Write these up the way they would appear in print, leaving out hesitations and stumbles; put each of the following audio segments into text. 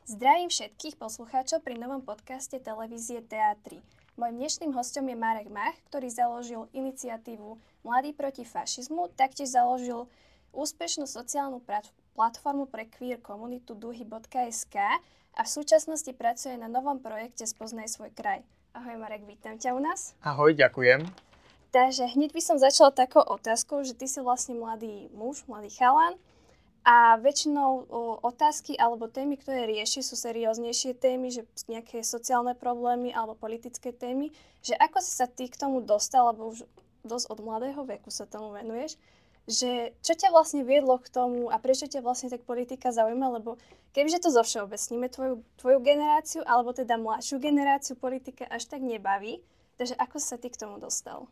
Zdravím všetkých poslucháčov pri novom podcaste televízie TA3. Mojím dnešným hostom je Marek Mach, ktorý založil iniciatívu Mladí proti fašizmu, taktiež založil úspešnú sociálnu platformu pre queer komunitu duhy.sk a v súčasnosti pracuje na novom projekte Spoznaj svoj kraj. Ahoj Marek, vítam ťa u nás. Ahoj, ďakujem. Takže hneď by som začala takou otázkou, že ty si vlastne mladý muž, mladý chalan. A väčšinou otázky alebo témy, ktoré rieši, sú serióznejšie témy, že nejaké sociálne problémy alebo politické témy. Že ako si sa ty k tomu dostal, alebo už dosť od mladého veku sa tomu venuješ, že čo ťa vlastne viedlo k tomu a prečo ťa vlastne tak politika zaujíma, lebo kebyže to zovšeobecníme, tvoju generáciu, alebo teda mladšiu generáciu politika až tak nebaví, takže ako si sa ty k tomu dostal?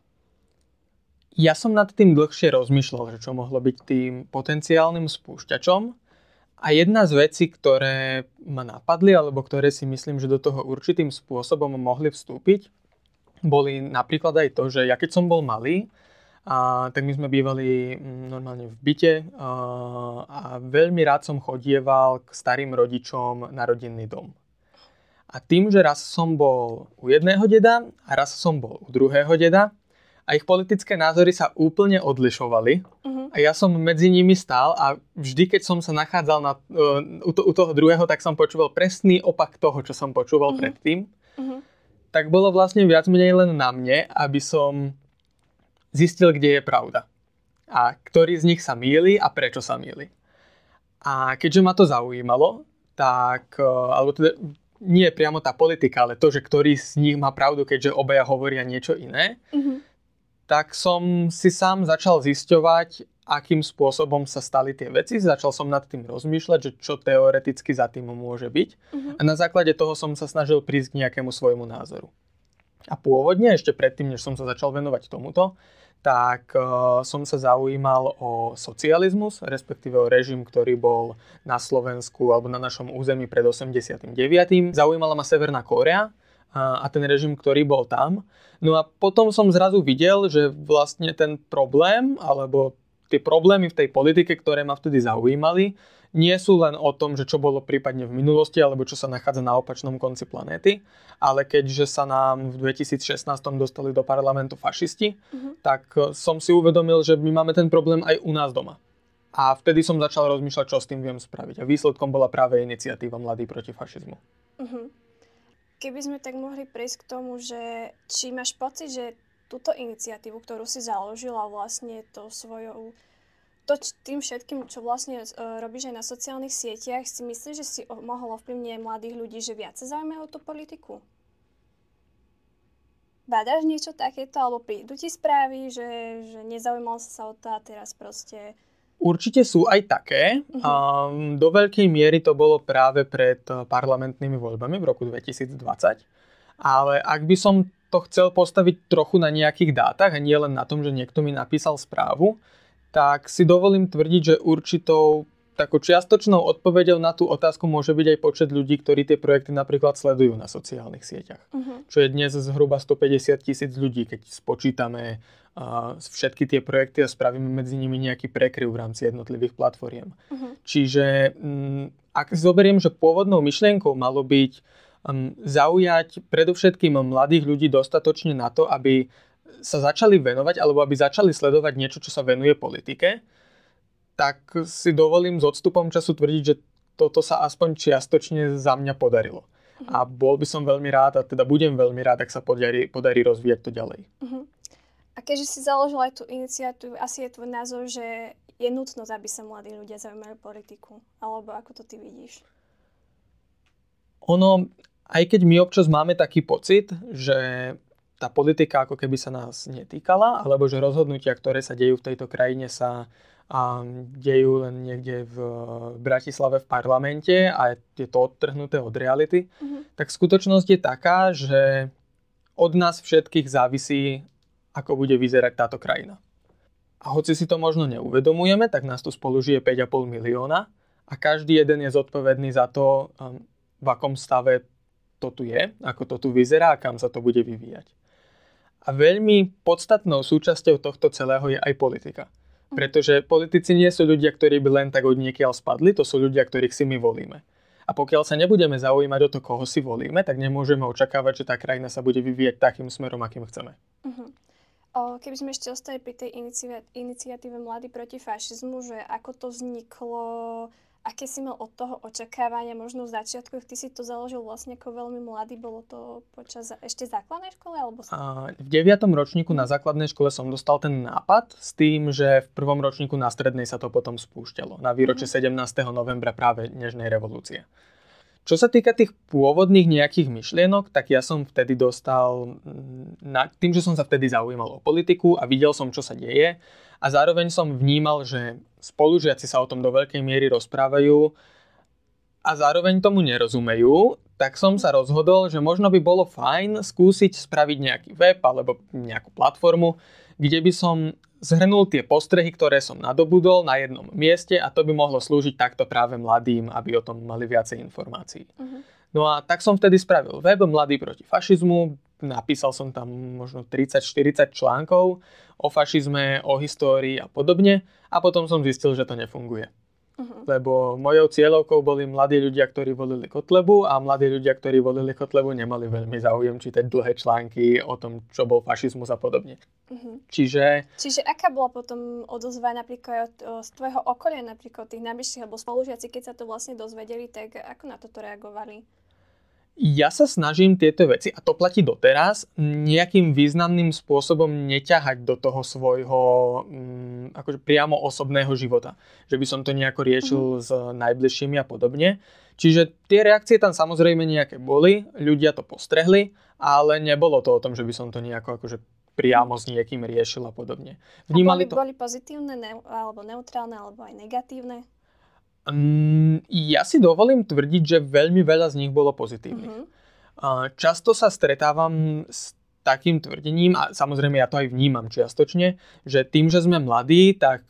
Ja som nad tým dlhšie rozmýšľal, že čo mohlo byť tým potenciálnym spúšťačom. A jedna z vecí, ktoré ma napadli, alebo ktoré si myslím, že do toho určitým spôsobom mohli vstúpiť, boli napríklad aj to, že ja keď som bol malý, tak my sme bývali normálne v byte a veľmi rád som chodieval k starým rodičom na rodinný dom. A tým, že raz som bol u jedného deda a raz som bol u druhého deda, a ich politické názory sa úplne odlišovali. A ja som medzi nimi stál a vždy, keď som sa nachádzal u toho druhého, tak som počúval presný opak toho, čo som počúval predtým. Tak bolo vlastne viac menej len na mne, aby som zistil, kde je pravda. A ktorý z nich sa mýli a prečo sa mýli. A keďže ma to zaujímalo, tak, alebo teda nie priamo tá politika, ale to, že ktorý z nich má pravdu, keďže obaja hovoria niečo iné, tak som si sám začal zisťovať, akým spôsobom sa stali tie veci. Začal som nad tým rozmýšľať, že čo teoreticky za tým môže byť. A na základe toho som sa snažil prísť k nejakému svojmu názoru. A pôvodne, ešte predtým, než som sa začal venovať tomuto, tak som sa zaujímal o socializmus, respektíve o režim, ktorý bol na Slovensku alebo na našom území pred 89. Zaujímala ma Severná Kórea a ten režim, ktorý bol tam. No a potom som zrazu videl, že vlastne ten problém, alebo tie problémy v tej politike, ktoré ma vtedy zaujímali, nie sú len o tom, že čo bolo prípadne v minulosti, alebo čo sa nachádza na opačnom konci planéty, ale keďže sa nám v 2016 dostali do parlamentu fašisti, tak som si uvedomil, že my máme ten problém aj u nás doma. A vtedy som začal rozmýšľať, čo s tým viem spraviť. A výsledkom bola práve iniciatíva Mladí proti fašizmu. Keby sme tak mohli prejsť k tomu, že či máš pocit, že túto iniciatívu, ktorú si založila vlastne tým všetkým, čo vlastne robíš aj na sociálnych sieťach, si myslíš, že si mohol ovplyvniť aj mladých ľudí, že viac sa zaujímajú o tú politiku? Bádaš niečo takéto, alebo prídu ti správy, že nezaujímal sa o to a teraz proste... Určite sú aj také. Do veľkej miery to bolo práve pred parlamentnými voľbami v roku 2020. Ale ak by som to chcel postaviť trochu na nejakých dátach a nie len na tom, že niekto mi napísal správu, tak si dovolím tvrdiť, že určitou takou čiastočnou odpoveďou na tú otázku môže byť aj počet ľudí, ktorí tie projekty napríklad sledujú na sociálnych sieťach. Čo je dnes zhruba 150 000 ľudí, keď spočítame všetky tie projekty a spravíme medzi nimi nejaký prekryv v rámci jednotlivých platformiem. Čiže ak zoberiem, že pôvodnou myšlienkou malo byť zaujať predovšetkým mladých ľudí dostatočne na to, aby sa začali venovať alebo aby začali sledovať niečo, čo sa venuje politike, tak si dovolím s odstupom času tvrdiť, že toto sa aspoň čiastočne za mňa podarilo. A bol by som veľmi rád, a teda budem veľmi rád, ak sa podarí rozvíjať to ďalej. A keďže si založil aj tú iniciatívu, asi je tvoj názor, že je nutnosť, aby sa mladí ľudia zaujímali politiku? Alebo ako to ty vidíš? Aj keď my občas máme taký pocit, že tá politika ako keby sa nás netýkala, alebo že rozhodnutia, ktoré sa dejú v tejto krajine, sa dejú len niekde v Bratislave v parlamente a je to odtrhnuté od reality, tak skutočnosť je taká, že od nás všetkých závisí, ako bude vyzerať táto krajina. A hoci si to možno neuvedomujeme, tak nás tu spolu žije 5,5 milióna a každý jeden je zodpovedný za to, v akom stave to tu je, ako to tu vyzerá a kam sa to bude vyvíjať. A veľmi podstatnou súčasťou tohto celého je aj politika. Pretože politici nie sú ľudia, ktorí by len tak odniekiaľ spadli, to sú ľudia, ktorých si my volíme. A A pokiaľ sa nebudeme zaujímať o to, koho si volíme, tak nemôžeme očakávať, že tá krajina sa bude vyvíjať takým smerom, akým chceme. Keby sme ešte ostali pri tej iniciatíve Mladí proti fašizmu, že ako to vzniklo, aké si mal od toho očakávania, možno v začiatku, ty si to založil vlastne ako veľmi mladý, bolo to počas ešte základnej školy? Alebo... V 9. ročníku na základnej škole som dostal ten nápad s tým, že v 1. ročníku na strednej sa to potom spúšťalo na výročie 17. novembra práve Nežnej revolúcie. Čo sa týka tých pôvodných nejakých myšlienok, tak ja som vtedy dostal, tým, že som sa vtedy zaujímal o politiku a videl som, čo sa deje, a zároveň som vnímal, že spolužiaci sa o tom do veľkej miery rozprávajú a zároveň tomu nerozumejú, tak som sa rozhodol, že možno by bolo fajn skúsiť spraviť nejaký web alebo nejakú platformu, kde by som zhrnul tie postrehy, ktoré som nadobudol na jednom mieste, a to by mohlo slúžiť takto práve mladým, aby o tom mali viacej informácií. No a tak som vtedy spravil web Mladí proti fašizmu, napísal som tam možno 30-40 článkov o fašizme, o histórii a podobne, a potom som zistil, že to nefunguje. Lebo mojou cieľovkou boli mladí ľudia, ktorí volili Kotlebu, a mladí ľudia, ktorí volili Kotlebu, nemali veľmi záujem čítať dlhé články o tom, čo bol fašizmus a podobne. Čiže aká bola potom odozva napríklad z tvojho okolia, napríklad tých najbližších alebo spolužiaci, keď sa to vlastne dozvedeli, tak ako na toto reagovali? Ja sa snažím tieto veci, a to platí doteraz, nejakým významným spôsobom neťahať do toho svojho akože priamo osobného života. Že by som to nejako riešil s najbližšími a podobne. Čiže tie reakcie tam samozrejme nejaké boli, ľudia to postrehli, ale nebolo to o tom, že by som to nejako akože priamo s niekým riešil a podobne. Boli pozitívne alebo neutrálne alebo aj negatívne? Ja si dovolím tvrdiť, že veľmi veľa z nich bolo pozitívnych. Často sa stretávam s takým tvrdením, a samozrejme ja to aj vnímam čiastočne, že tým, že sme mladí, tak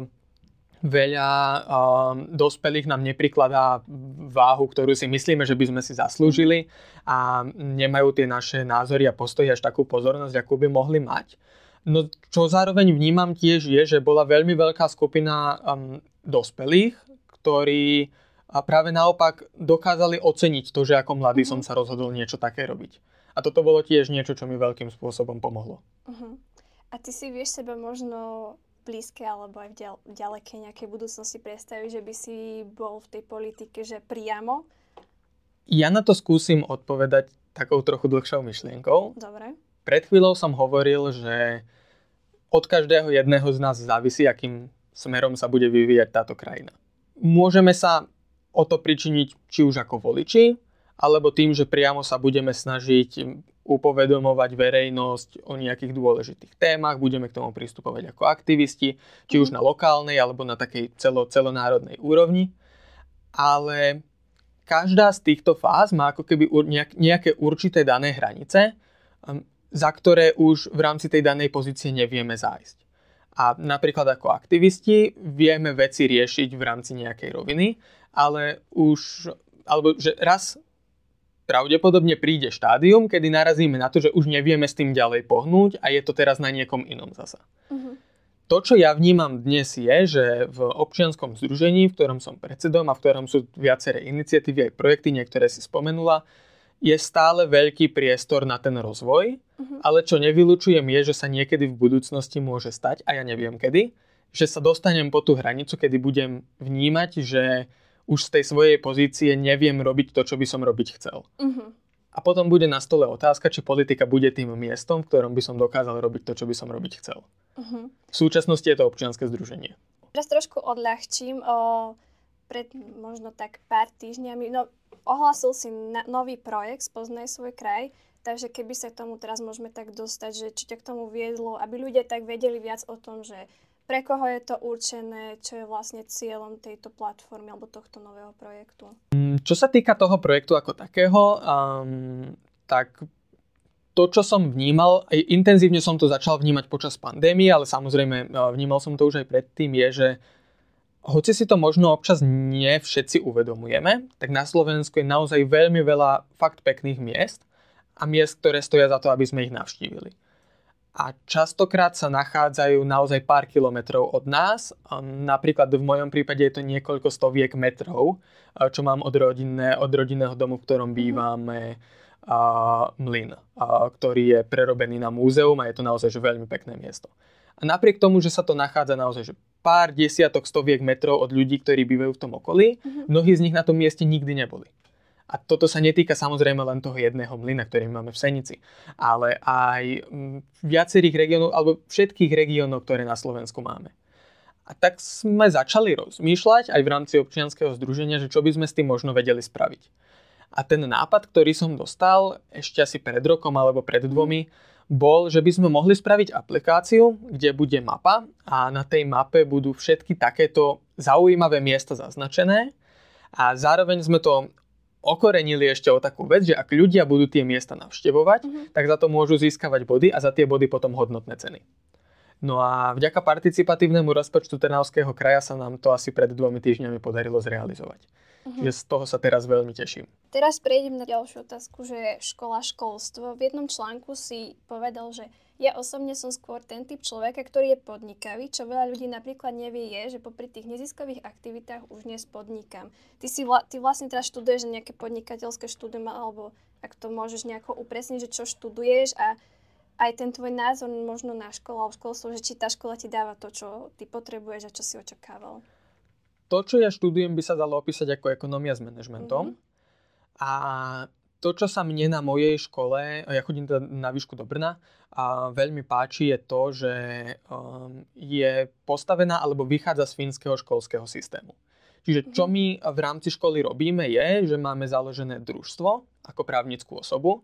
veľa dospelých nám neprikladá váhu, ktorú si myslíme, že by sme si zaslúžili, a nemajú tie naše názory a postoji až takú pozornosť, akú by mohli mať. No čo zároveň vnímam tiež je, že bola veľmi veľká skupina dospelých, ktorí práve naopak dokázali oceniť to, že ako mladý som sa rozhodol niečo také robiť. A toto bolo tiež niečo, čo mi veľkým spôsobom pomohlo. A ty si vieš seba možno blízke alebo aj v ďalekej nejakej budúcnosti predstaviť, že by si bol v tej politike, že priamo? Ja na to skúsim odpovedať takou trochu dlhšou myšlienkou. Dobre. Pred chvíľou som hovoril, že od každého jedného z nás závisí, akým smerom sa bude vyvíjať táto krajina. Môžeme sa o to pričiniť či už ako voliči, alebo tým, že priamo sa budeme snažiť upovedomovať verejnosť o nejakých dôležitých témach, budeme k tomu pristupovať ako aktivisti, či už na lokálnej alebo na takej celonárodnej úrovni. Ale každá z týchto fáz má ako keby nejaké určité dané hranice, za ktoré už v rámci tej danej pozície nevieme zájsť. A napríklad ako aktivisti vieme veci riešiť v rámci nejakej roviny, alebo že raz pravdepodobne príde štádium, kedy narazíme na to, že už nevieme s tým ďalej pohnúť a je to teraz na niekom inom zasa. To, čo ja vnímam dnes je, že v občianskom združení, v ktorom som predsedom a v ktorom sú viaceré iniciatívy aj projekty, niektoré si spomenula, je stále veľký priestor na ten rozvoj, ale čo nevylučujem je, že sa niekedy v budúcnosti môže stať, a ja neviem kedy, že sa dostanem po tú hranicu, kedy budem vnímať, že už z tej svojej pozície neviem robiť to, čo by som robiť chcel. A potom bude na stole otázka, či politika bude tým miestom, v ktorom by som dokázal robiť to, čo by som robiť chcel. V súčasnosti je to občianske združenie. Teraz trošku odľahčím. Pred možno tak pár týždňami ohlásil si nový projekt Spoznaj svoj kraj, takže keby sa k tomu teraz môžeme tak dostať, že či ťa k tomu viedlo, aby ľudia tak vedeli viac o tom, že pre koho je to určené, čo je vlastne cieľom tejto platformy alebo tohto nového projektu. Čo sa týka toho projektu ako takého, tak to, čo som vnímal, intenzívne som to začal vnímať počas pandémie, ale samozrejme vnímal som to už aj predtým, je, že hoci si to možno občas nie všetci uvedomujeme, tak na Slovensku je naozaj veľmi veľa fakt pekných miest a miest, ktoré stoja za to, aby sme ich navštívili. a častokrát sa nachádzajú naozaj pár kilometrov od nás. Napríklad v mojom prípade je to niekoľko stoviek metrov, čo mám od rodinného domu, v ktorom bývame, mlyn, ktorý je prerobený na múzeum a je to naozaj že veľmi pekné miesto. A napriek tomu, že sa to nachádza naozaj že pár desiatok, stoviek metrov od ľudí, ktorí bývajú v tom okolí, mnohí z nich na tom mieste nikdy neboli. A toto sa netýka samozrejme len toho jedného mlyna, ktorý máme v Senici, ale aj viacerých regiónov, alebo všetkých regiónov, ktoré na Slovensku máme. A tak sme začali rozmýšľať aj v rámci občianskeho združenia, že čo by sme s tým možno vedeli spraviť. A ten nápad, ktorý som dostal ešte asi pred rokom alebo pred 2, bol, že by sme mohli spraviť aplikáciu, kde bude mapa a na tej mape budú všetky takéto zaujímavé miesta zaznačené a zároveň sme to okorenili ešte o takú vec, že ak ľudia budú tie miesta navštevovať, tak za to môžu získavať body a za tie body potom hodnotné ceny. No a vďaka participatívnemu rozpočtu Trnavského kraja sa nám to asi pred 2 týždňami podarilo zrealizovať. Čiže z toho sa teraz veľmi teším. Teraz prejdem na ďalšiu otázku, že škola, školstvo. V jednom článku si povedal, že ja osobne som skôr ten typ človeka, ktorý je podnikavý, čo veľa ľudí napríklad nevie je, že popri tých neziskových aktivitách už dnes podnikám. Ty vlastne teraz študuješ nejaké podnikateľské štúdium, alebo ak to môžeš nejako upresniť, že čo študuješ a aj ten tvoj názor možno na školu alebo školstvo, že či tá škola ti dáva to, čo ty potrebuješ a čo si očakával. To, čo ja študujem, by sa dalo opísať ako ekonomia s manažmentom. A to, čo sa mne na mojej škole, ja chodím teda na výšku do Brna, a veľmi páči je to, že je postavená alebo vychádza z fínskeho školského systému. Čiže čo my v rámci školy robíme je, že máme založené družstvo ako právnickú osobu,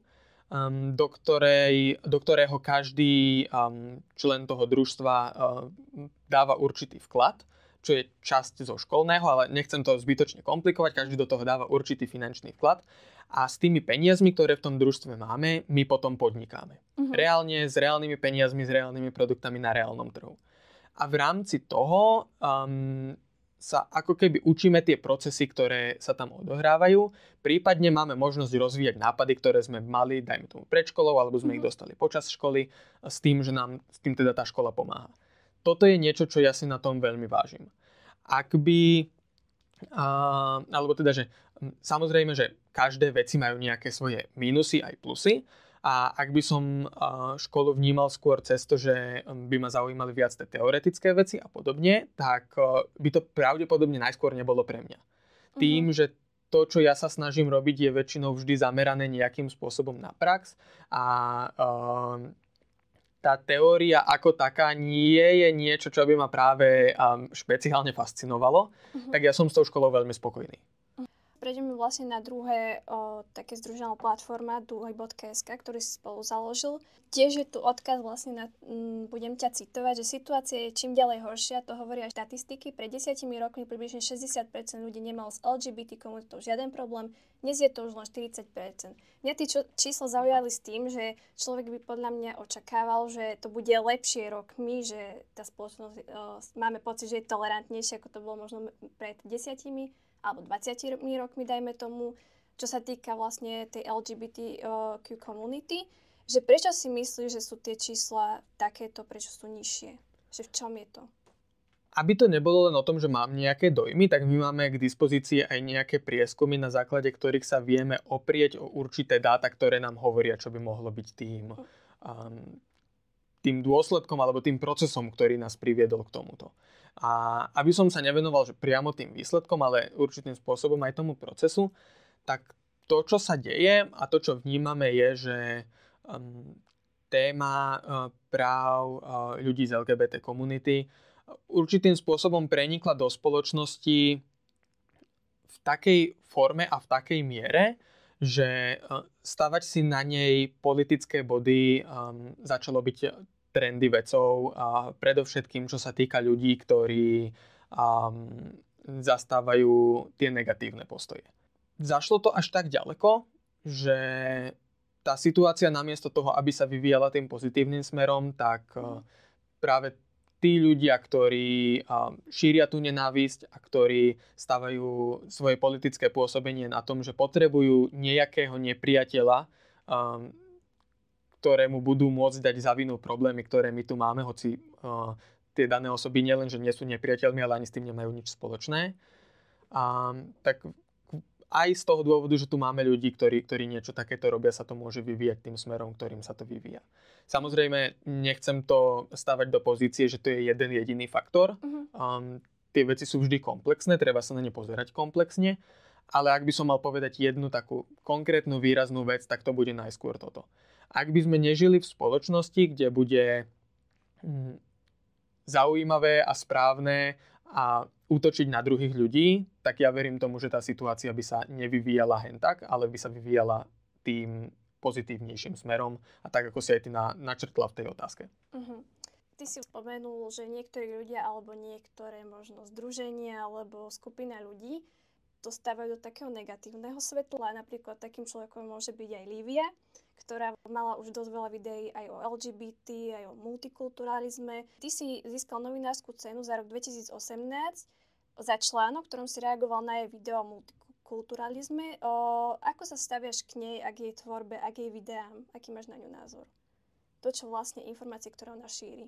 do ktorého každý člen toho družstva dáva určitý vklad, čo je časť zo školného, ale nechcem to zbytočne komplikovať, každý do toho dáva určitý finančný vklad a s tými peniazmi, ktoré v tom družstve máme, my potom podnikáme. Reálne, s reálnymi peniazmi, s reálnymi produktami na reálnom trhu. A v rámci toho sa ako keby učíme tie procesy, ktoré sa tam odohrávajú, prípadne máme možnosť rozvíjať nápady, ktoré sme mali, dajme tomu pred školou, alebo sme ich dostali počas školy, s tým, že nám s tým teda tá škola pomáha. Toto je niečo, čo ja si na tom veľmi vážim. Alebo teda, že samozrejme, že každé veci majú nejaké svoje mínusy aj plusy a ak by som školu vnímal skôr cez to, že by ma zaujímali viac tie teoretické veci a podobne, tak by to pravdepodobne najskôr nebolo pre mňa. Tým, že to, čo ja sa snažím robiť, je väčšinou vždy zamerané nejakým spôsobom na prax a tá teória ako taká nie je niečo, čo by ma práve špeciálne fascinovalo, tak ja som s tou školou veľmi spokojný. Prejdeme vlastne na druhé také združená platforma duhoj.sk, ktorý si spolu založil. Tiež je tu odkaz vlastne na, budem ťa citovať, že situácia je čím ďalej horšia, to hovoria štatistiky. Pred 10 rokmi približne 60% ľudí nemalo s LGBT komunitou žiaden problém, dnes je to už len 40%. Mňa tie čísla zaujali s tým, že človek by podľa mňa očakával, že to bude lepšie rokmi, že tá spoločnosť, máme pocit, že je tolerantnejšia, ako to bolo možno pred 10 alebo 20 rokmi, dajme tomu, čo sa týka vlastne tej LGBTQ komunity, že prečo si myslíš, že sú tie čísla takéto, prečo sú nižšie? Že v čom je to? Aby to nebolo len o tom, že mám nejaké dojmy, tak my máme k dispozícii aj nejaké prieskumy, na základe ktorých sa vieme oprieť o určité dáta, ktoré nám hovoria, čo by mohlo byť tým dôsledkom alebo tým procesom, ktorý nás priviedol k tomuto. A aby som sa nevenoval že priamo tým výsledkom, ale určitým spôsobom aj tomu procesu, tak to, čo sa deje a to, čo vnímame, je, že téma práv ľudí z LGBT komunity určitým spôsobom prenikla do spoločnosti v takej forme a v takej miere, že stavať si na nej politické body začalo byť trendy vecou a predovšetkým, čo sa týka ľudí, ktorí zastávajú tie negatívne postoje. Zašlo to až tak ďaleko, že tá situácia namiesto toho, aby sa vyvíjala tým pozitívnym smerom, tak práve tí ľudia, ktorí šíria tú nenávisť a ktorí stavajú svoje politické pôsobenie na tom, že potrebujú nejakého nepriateľa, ktorému budú môcť dať za vinu problémy, ktoré my tu máme, hoci tie dané osoby nielen, že nie sú nepriateľmi, ale ani s tým nemajú nič spoločné. Tak aj z toho dôvodu, že tu máme ľudí, ktorí niečo takéto robia, sa to môže vyvíjať tým smerom, ktorým sa to vyvíja. Samozrejme, nechcem to stavať do pozície, že to je jeden jediný faktor. Tie veci sú vždy komplexné, treba sa na ne pozerať komplexne, ale ak by som mal povedať jednu takú konkrétnu výraznú vec, tak to bude najskôr toto. Ak by sme nežili v spoločnosti, kde bude zaujímavé a správne a útočiť na druhých ľudí, tak ja verím tomu, že tá situácia by sa nevyvíjala hentak, ale by sa vyvíjala tým pozitívnejším smerom a tak, ako si aj ty načrtla v tej otázke. Ty si spomenul, že niektorí ľudia alebo niektoré možno združenia alebo skupina ľudí to stávajú do takého negatívneho svetla. Napríklad takým človekom môže byť aj Lívia, ktorá mala už dosť veľa videí aj o LGBT, aj o multikulturalizme. Ty si získal novinárskú cenu za rok 2018 za článok, ktorom si reagoval na jej video o multikulturalizme. Ako sa staviaš k nej, ak jej tvorbe, ak jej videám? Aký máš na ňu názor? To, čo vlastne informácie, ktoré ona šíri.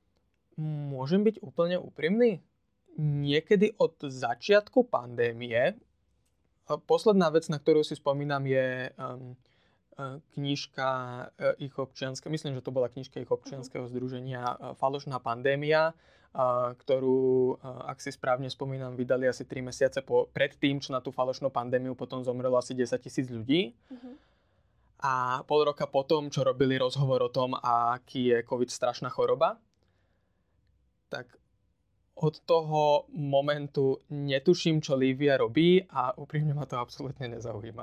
Môžem byť úplne úprimný? Niekedy od začiatku pandémie, posledná vec, na ktorú si spomínam, je knižka ich občianskeho, myslím, že to bola knižka ich občianskeho združenia Falošná pandémia, ktorú, ak si správne spomínam, vydali asi 3 mesiace pred tým, čo na tú falošnú pandémiu potom zomrelo asi 10 000 ľudí. A pol roka potom, čo robili rozhovor o tom, aký je COVID strašná choroba, tak od toho momentu netuším, čo Lívia robí a úprimne ma to absolútne nezaujíma.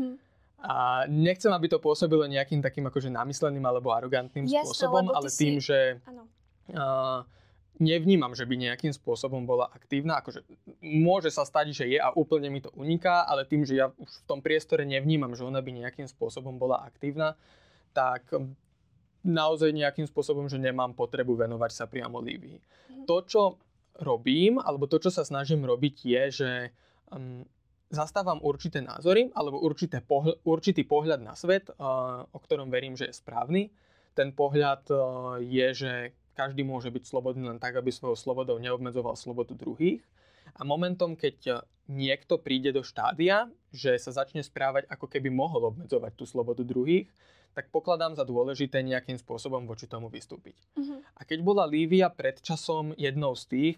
A nechcem, aby to pôsobilo nejakým takým akože namysleným alebo arogantným spôsobom, ale tým, že nevnímam, že by nejakým spôsobom bola aktívna. Akože môže sa stať, že je a úplne mi to uniká, ale tým, že ja už v tom priestore nevnímam, že ona by nejakým spôsobom bola aktívna, tak naozaj nejakým spôsobom, že nemám potrebu venovať sa priamo Lívii. To, čo robím, alebo to, čo sa snažím robiť, je, že zastávam určité názory, alebo určitý pohľad na svet, o ktorom verím, že je správny. Ten pohľad je, že každý môže byť slobodný len tak, aby svojou slobodou neobmedzoval slobodu druhých. A momentom, keď niekto príde do štádia, že sa začne správať, ako keby mohol obmedzovať tú slobodu druhých, tak pokladám za dôležité nejakým spôsobom voči tomu vystúpiť. A keď bola Lívia pred časom jednou z tých,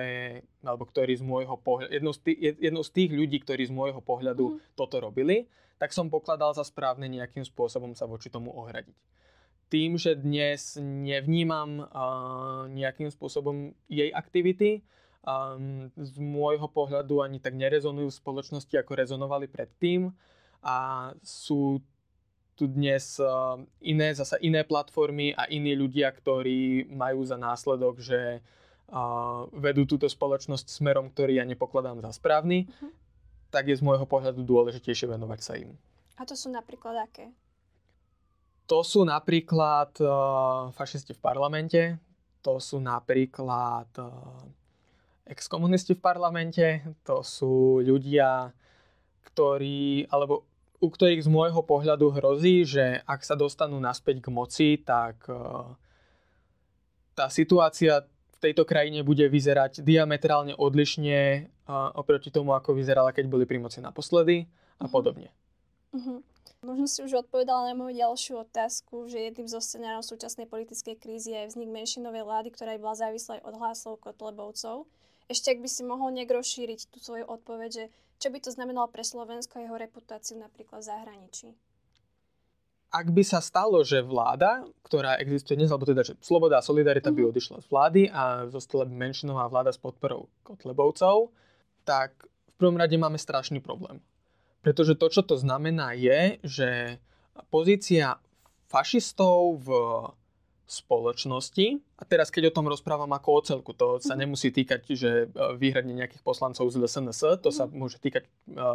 jednou z tých ľudí, ktorí z môjho pohľadu toto robili, tak som pokladal za správne nejakým spôsobom sa voči tomu ohradiť. Tým, že dnes nevnímam nejakým spôsobom jej aktivity, z môjho pohľadu ani tak nerezonujú v spoločnosti, ako rezonovali predtým, a sú tu dnes iné platformy a iní ľudia, ktorí majú za následok, že vedú túto spoločnosť smerom, ktorý ja nepokladám za správny, tak je z môjho pohľadu dôležitejšie venovať sa im. A to sú napríklad aké? To sú napríklad fašisti v parlamente, to sú napríklad exkomunisti v parlamente, to sú ľudia, u ktorých z môjho pohľadu hrozí, že ak sa dostanú naspäť k moci, tak tá situácia v tejto krajine bude vyzerať diametrálne odlišne oproti tomu, ako vyzerala, keď boli pri moci naposledy a podobne. Možno si už odpovedala na moju ďalšiu otázku, že jedným zo scenárov súčasnej politickej krízy je vznik menšinovej vlády, ktorá bola závislá od hlasov Kotlebovcov. Ešte ak by si mohol nejak rozšíriť tú svoju odpoveď, že čo by to znamenalo pre Slovensko a jeho reputáciu napríklad v zahraničí? Ak by sa stalo, že vláda, ktorá existuje dnes, alebo teda, že Sloboda a Solidarita by odišla z vlády a zostala by menšinová vláda s podporou Kotlebovcov, tak v prvom rade máme strašný problém. Pretože to, čo to znamená, je, že pozícia fašistov v spoločnosti, a teraz keď o tom rozprávam ako o celku, to sa nemusí týkať, že výhradne nejakých poslancov z SNS, to sa môže týkať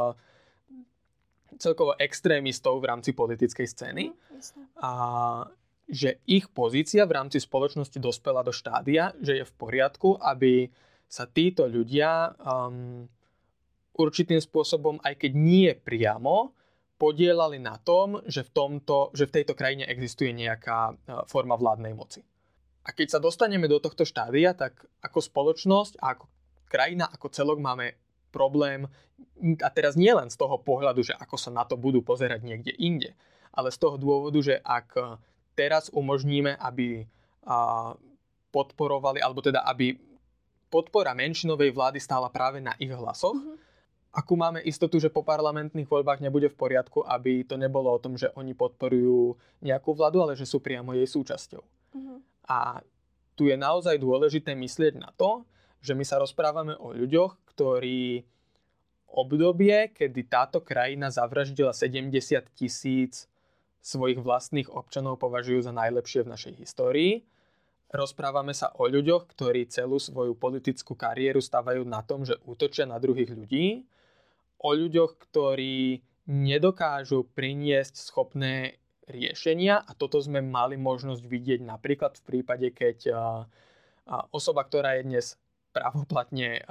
celkovo extrémistov v rámci politickej scény. A že ich pozícia v rámci spoločnosti dospela do štádia, že je v poriadku, aby sa títo ľudia určitým spôsobom, aj keď nie priamo, podielali na tom, že v tejto krajine existuje nejaká forma vládnej moci. A keď sa dostaneme do tohto štádia, tak ako spoločnosť a ako krajina, ako celok máme problém, a teraz nie len z toho pohľadu, že ako sa na to budú pozerať niekde inde, ale z toho dôvodu, že ak teraz umožníme, aby podporovali, alebo teda aby podpora menšinovej vlády stála práve na ich hlasoch, akú máme istotu, že po parlamentných voľbách nebude v poriadku, aby to nebolo o tom, že oni podporujú nejakú vládu, ale že sú priamo jej súčasťou. A tu je naozaj dôležité myslieť na to, že my sa rozprávame o ľuďoch, ktorí obdobie, kedy táto krajina zavraždila 70 000 svojich vlastných občanov, považujú za najlepšie v našej histórii. Rozprávame sa o ľuďoch, ktorí celú svoju politickú kariéru stavajú na tom, že útočia na druhých ľudí. O ľuďoch, ktorí nedokážu priniesť schopné riešenia, a toto sme mali možnosť vidieť napríklad v prípade, keď osoba, ktorá je dnes právoplatne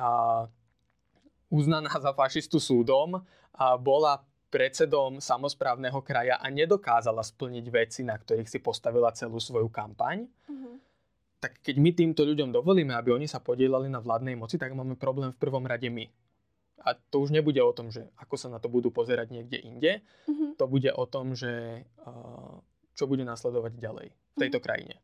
uznaná za fašistu súdom, bola predsedom samosprávneho kraja a nedokázala splniť veci, na ktorých si postavila celú svoju kampaň. Tak keď my týmto ľuďom dovolíme, aby oni sa podielali na vládnej moci, tak máme problém v prvom rade my. A to už nebude o tom, že ako sa na to budú pozerať niekde inde. To bude o tom, že čo bude nasledovať ďalej v tejto krajine.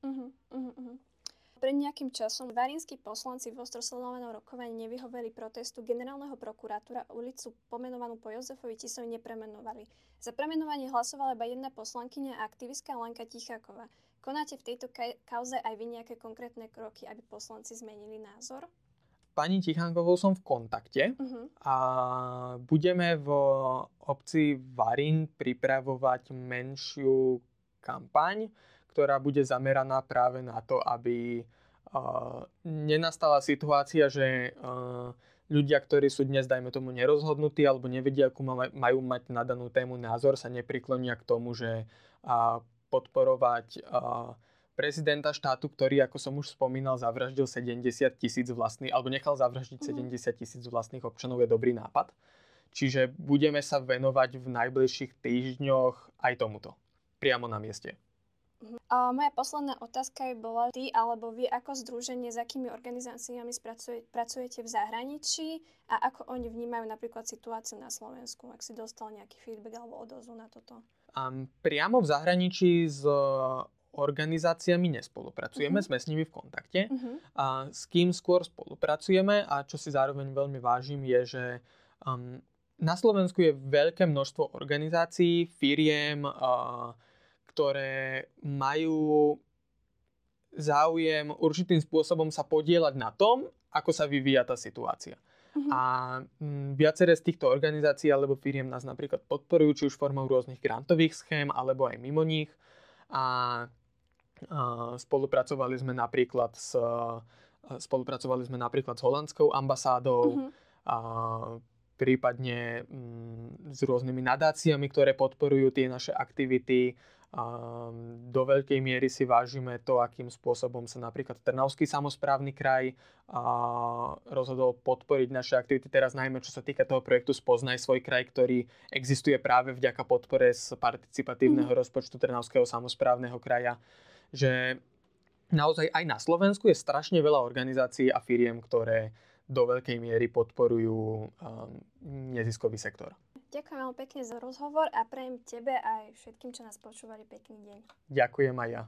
Pred nejakým časom varínski poslanci v ostrosledovanom rokovaní nevyhoveli protestu generálneho prokurátora, ulicu pomenovanú po Jozefovi Tisovi nepremenovali. Za premenovanie hlasovala iba jedna poslankyňa a aktivistka Lenka Ticháková. Konáte v tejto kauze aj vy nejaké konkrétne kroky, aby poslanci zmenili názor? Pani Tichákovou som v kontakte a budeme v obci Varín pripravovať menšiu kampaň, ktorá bude zameraná práve na to, aby nenastala situácia, že ľudia, ktorí sú dnes, dajme tomu, nerozhodnutí alebo nevedia, akú majú mať na danú tému názor, sa nepriklonia k tomu, že podporovať prezidenta štátu, ktorý, ako som už spomínal, zavraždil 70 000 vlastných, alebo nechal zavraždiť 70 000 vlastných občanov, je dobrý nápad. Čiže budeme sa venovať v najbližších týždňoch aj tomuto. Priamo na mieste. A moja posledná otázka je bola, ty alebo vy ako združenie, s akými organizáciami pracujete v zahraničí a ako oni vnímajú napríklad situáciu na Slovensku, ak si dostal nejaký feedback alebo odozvu na toto? Priamo v zahraničí s organizáciami nespolupracujeme, sme s nimi v kontakte. A s kým skôr spolupracujeme a čo si zároveň veľmi vážim je, že na Slovensku je veľké množstvo organizácií, firiem, ktoré majú záujem určitým spôsobom sa podieľať na tom, ako sa vyvíja tá situácia. A viaceré z týchto organizácií alebo firiem nás napríklad podporujú, či už formou rôznych grantových schém, alebo aj mimo nich. A spolupracovali sme napríklad s holandskou ambasádou, prípadne s rôznymi nadáciami, ktoré podporujú tie naše aktivity. Do veľkej miery si vážime to, akým spôsobom sa napríklad Trnavský samosprávny kraj rozhodol podporiť naše aktivity. Teraz najmä, čo sa týka toho projektu Spoznaj svoj kraj, ktorý existuje práve vďaka podpore z participatívneho rozpočtu Trnavského samosprávneho kraja. Že naozaj aj na Slovensku je strašne veľa organizácií a firiem, ktoré do veľkej miery podporujú neziskový sektor. Ďakujem veľmi pekne za rozhovor a prajem tebe aj všetkým, čo nás počúvali, pekný deň. Ďakujem aj ja.